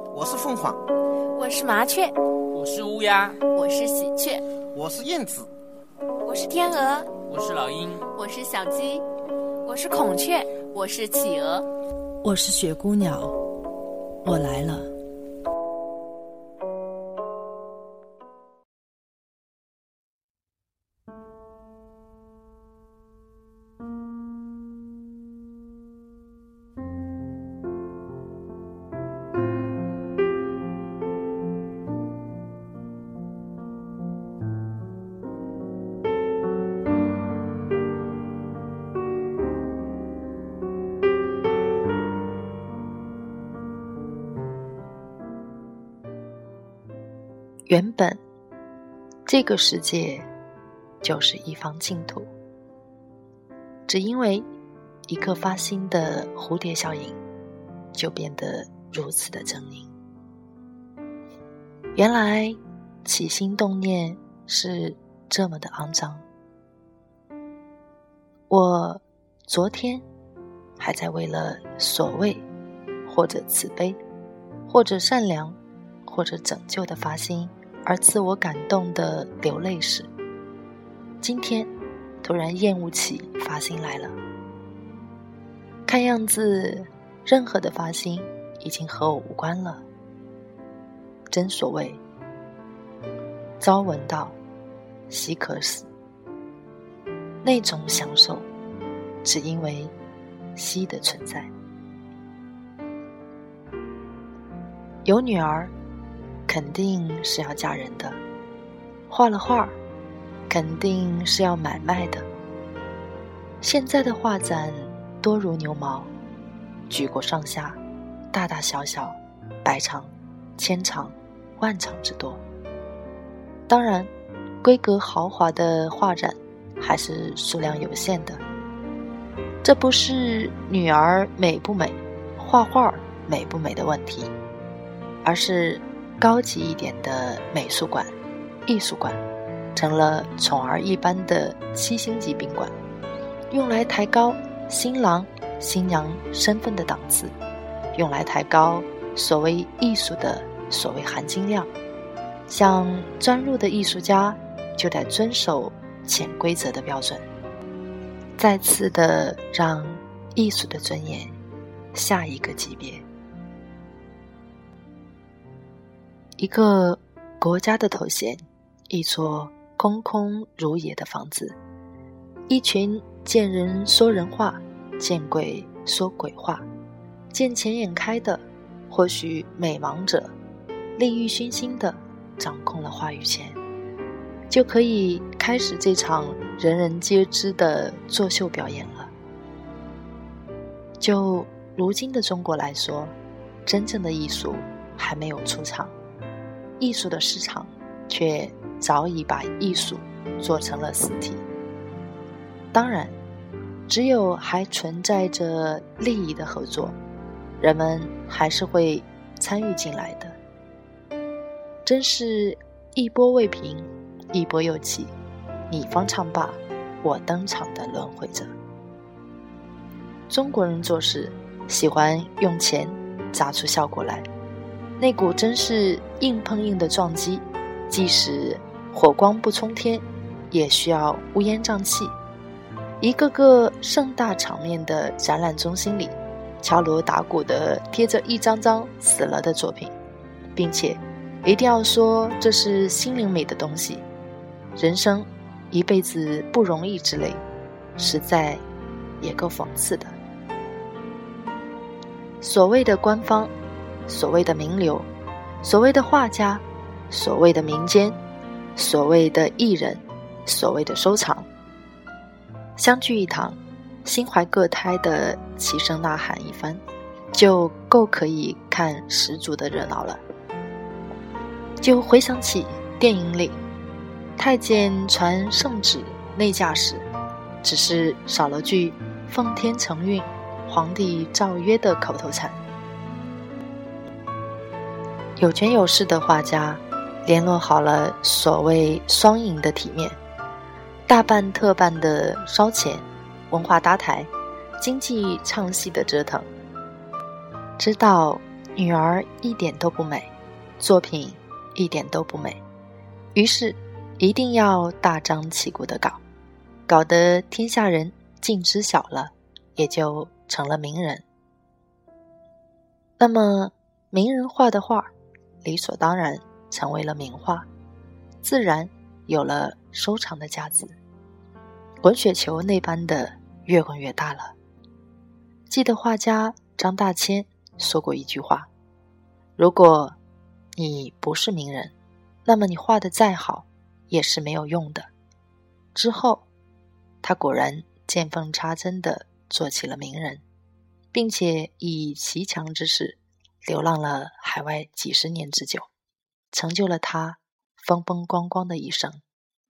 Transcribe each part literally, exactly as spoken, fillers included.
我是凤凰， 我是麻雀， 我是乌鸦， 我是喜鹊， 我是燕子， 我是天鹅， 我是老鹰， 我是小鸡， 我是孔雀， 我是企鹅， 我是雪姑鸟，我来了。 原本这个世界就是一方净土，只因为一个发心的蝴蝶效应，就变得如此的狰狞。原来起心动念是这么的肮脏。我昨天还在为了所谓或者慈悲或者善良或者拯救的发心而自我感动的流泪时，今天突然厌恶起发心来了。看样子任何的发心已经和我无关了。真所谓朝闻道，夕可死，那种享受只因为夕的存在。有女儿肯定是要嫁人的，画了画肯定是要买卖的。现在的画展多如牛毛，举国上下，大大小小，百场、千场、万场之多。当然，规格豪华的画展还是数量有限的。这不是女儿美不美，画画美不美的问题，而是高级一点的美术馆、艺术馆成了宠儿一般的七星级宾馆，用来抬高新郎新娘身份的档次，用来抬高所谓艺术的所谓含金量。想钻入的艺术家就得遵守潜规则的标准，再次的让艺术的尊严下一个级别。一个国家的头衔，一座空空如也的房子，一群见人说人话，见鬼说鬼话，见钱眼开的，或许美盲者，利欲熏心的掌控了话语权，就可以开始这场人人皆知的作秀表演了。就如今的中国来说，真正的艺术还没有出场，艺术的市场却早已把艺术做成了死体。当然，只有还存在着利益的合作，人们还是会参与进来的。真是一波未平，一波又起，你方唱罢我登场的轮回着。中国人做事喜欢用钱砸出效果来，那股真是硬碰硬的撞击，即使火光不冲天，也需要乌烟瘴气。一个个盛大场面的展览中心里，敲锣打鼓的贴着一张张死了的作品，并且一定要说这是心灵美的东西。人生一辈子不容易之类，实在也够讽刺的。所谓的官方，所谓的名流，所谓的画家，所谓的民间，所谓的艺人，所谓的收藏，相聚一堂，心怀各胎的齐声呐喊一番，就够可以看十足的热闹了。就回想起电影里太监传圣旨内驾时，只是少了句奉天承运，皇帝诏曰的口头禅。有权有势的画家联络好了所谓双赢的体面，大办特办的烧钱，文化搭台，经济唱戏的折腾，知道女儿一点都不美，作品一点都不美，于是一定要大张旗鼓地搞，搞得天下人尽知晓了，也就成了名人。那么名人画的画理所当然成为了名画，自然有了收藏的价值，滚雪球那般的越滚越大了。记得画家张大千说过一句话，如果你不是名人，那么你画得再好也是没有用的。之后他果然见缝插针地做起了名人，并且以奇强之势流浪了海外几十年之久，成就了他风风光光的一生。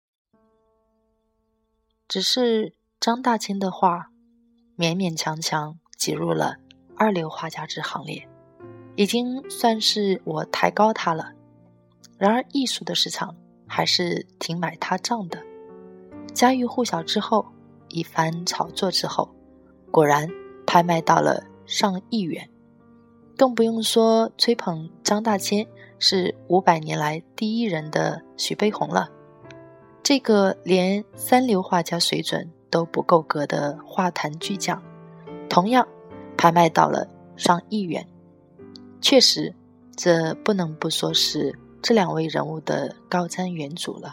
只是张大千的画勉勉强强挤入了二流画家之行列，已经算是我抬高他了。然而艺术的市场还是挺买他账的，家喻户晓之后，一番炒作之后，果然拍卖到了上亿元。更不用说吹捧张大千是五百年来第一人的徐悲鸿了，这个连三流画家水准都不够格的画坛巨匠，同样拍卖到了上亿元。确实，这不能不说是这两位人物的高瞻远瞩了。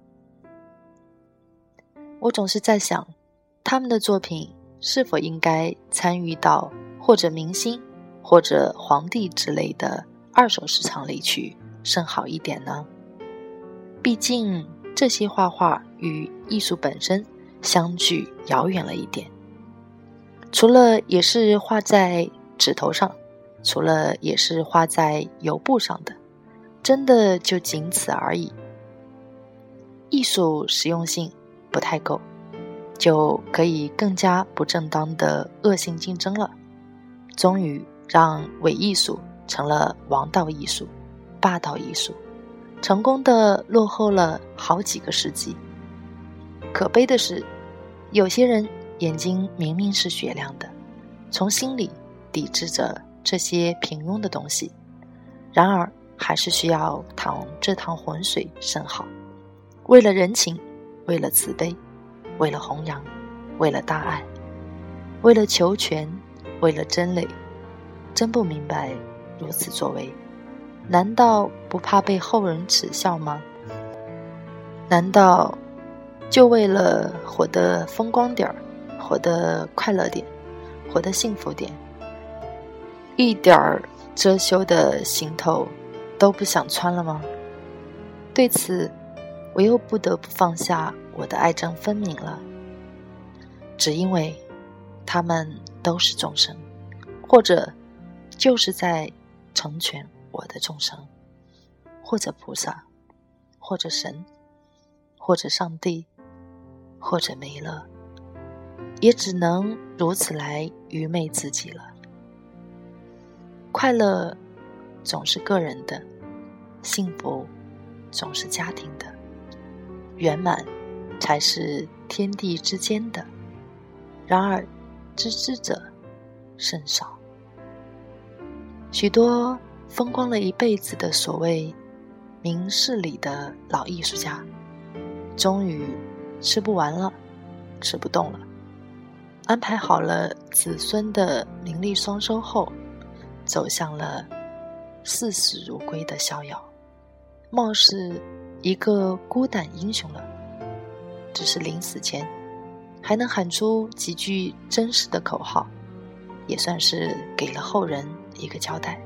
我总是在想，他们的作品是否应该参与到或者明星或者皇帝之类的二手市场里去甚好一点呢？毕竟这些画画与艺术本身相距遥远了一点，除了也是画在纸头上，除了也是画在油布上的，真的就仅此而已。艺术实用性不太够，就可以更加不正当的恶性竞争了，终于让伪艺术成了王道艺术、霸道艺术，成功的落后了好几个世纪。可悲的是，有些人眼睛明明是雪亮的，从心里抵制着这些平庸的东西，然而还是需要淌这趟浑水甚好。为了人情，为了慈悲，为了弘扬，为了大爱，为了求全，为了真理，真不明白如此作为，难道不怕被后人耻笑吗？难道就为了活得风光点儿，活得快乐点，活得幸福点，一点儿遮羞的行头都不想穿了吗？对此我又不得不放下我的爱憎分明了，只因为他们都是众生，或者就是在成全我的众生，或者菩萨，或者神，或者上帝，或者弥勒，也只能如此来愚昧自己了。快乐总是个人的，幸福总是家庭的，圆满才是天地之间的，然而知之者甚少。许多风光了一辈子的所谓明事理的老艺术家，终于吃不完了，吃不动了，安排好了子孙的名利双收后，走向了视死如归的逍遥，貌似一个孤胆英雄了。只是临死前还能喊出几句真实的口号，也算是给了后人一个交代。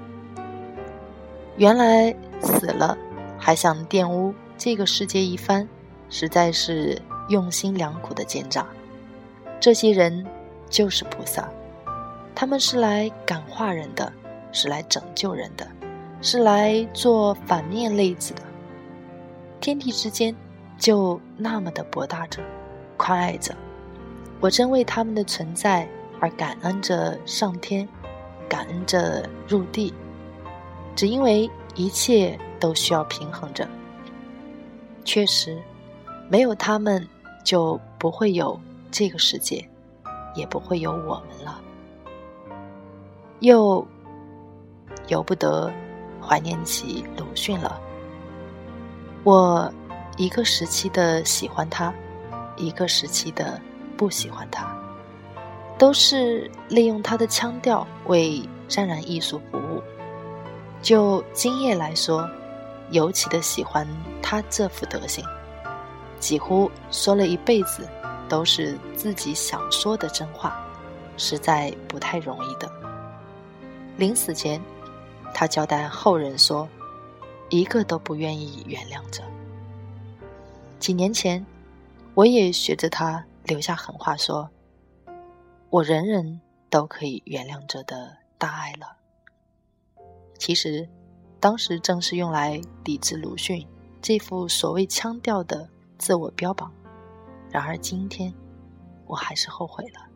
原来死了还想玷污这个世界一番，实在是用心良苦的奸诈。这些人就是菩萨，他们是来感化人的，是来拯救人的，是来做反面例子的。天地之间就那么的博大着，宽爱着，我真为他们的存在而感恩着上天，感恩着入地，只因为一切都需要平衡着。确实没有他们就不会有这个世界，也不会有我们了。又由不得怀念起鲁迅了。我一个时期的喜欢他，一个时期的不喜欢他，都是利用他的腔调为沾染艺术服务。就今夜来说，尤其的喜欢他这副德行，几乎说了一辈子都是自己想说的真话，实在不太容易的。临死前，他交代后人说，一个都不愿意原谅着。几年前，我也学着他留下狠话说，我人人都可以原谅着的大爱了。其实当时正是用来抵制鲁迅这副所谓腔调的自我标榜，然而今天我还是后悔了。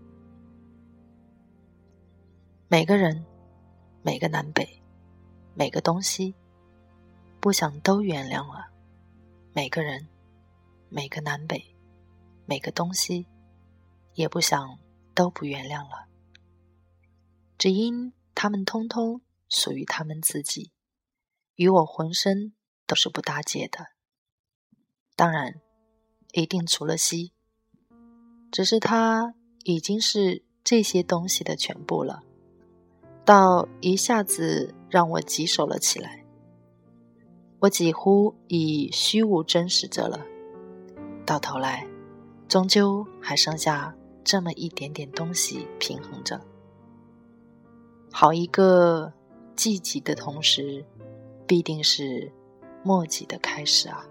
每个人，每个南北，每个东西，不想都原谅了。每个人，每个南北，每个东西，也不想都不原谅了。只因他们通通属于他们自己，与我浑身都是不搭界的。当然，一定除了西，只是它已经是这些东西的全部了，到一下子让我棘手了起来。我几乎已虚无真实着了，到头来，终究还剩下这么一点点东西平衡着。好一个积极的同时，必定是莫及的开始啊！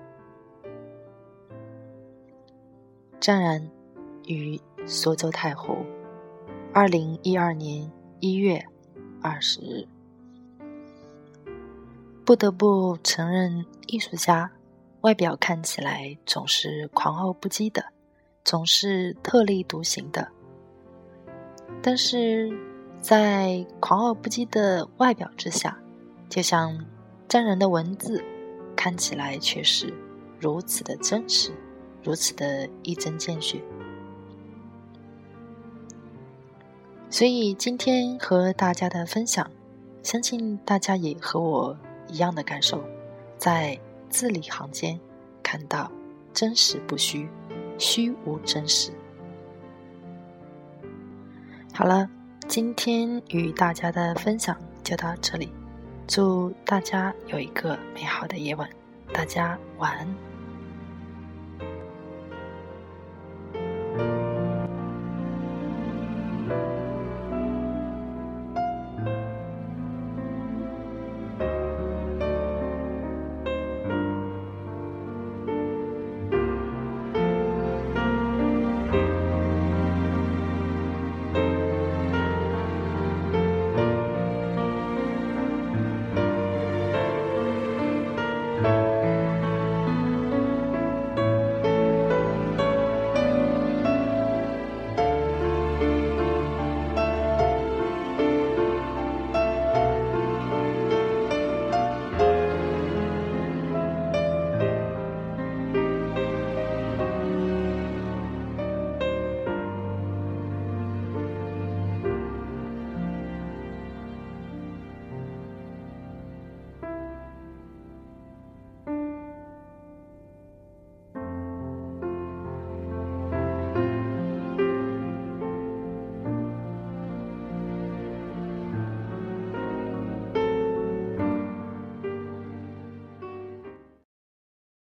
湛然于苏州太湖，二零一二年一月二十日。不得不承认，艺术家外表看起来总是狂傲不羁的，总是特立独行的，但是在狂傲不羁的外表之下，就像湛然的文字看起来却是如此的真实，如此的一针见血。所以今天和大家的分享，相信大家也和我一样的感受，在字里行间看到真实不虚，虚无真实。好了，今天与大家的分享就到这里，祝大家有一个美好的夜晚，大家晚安。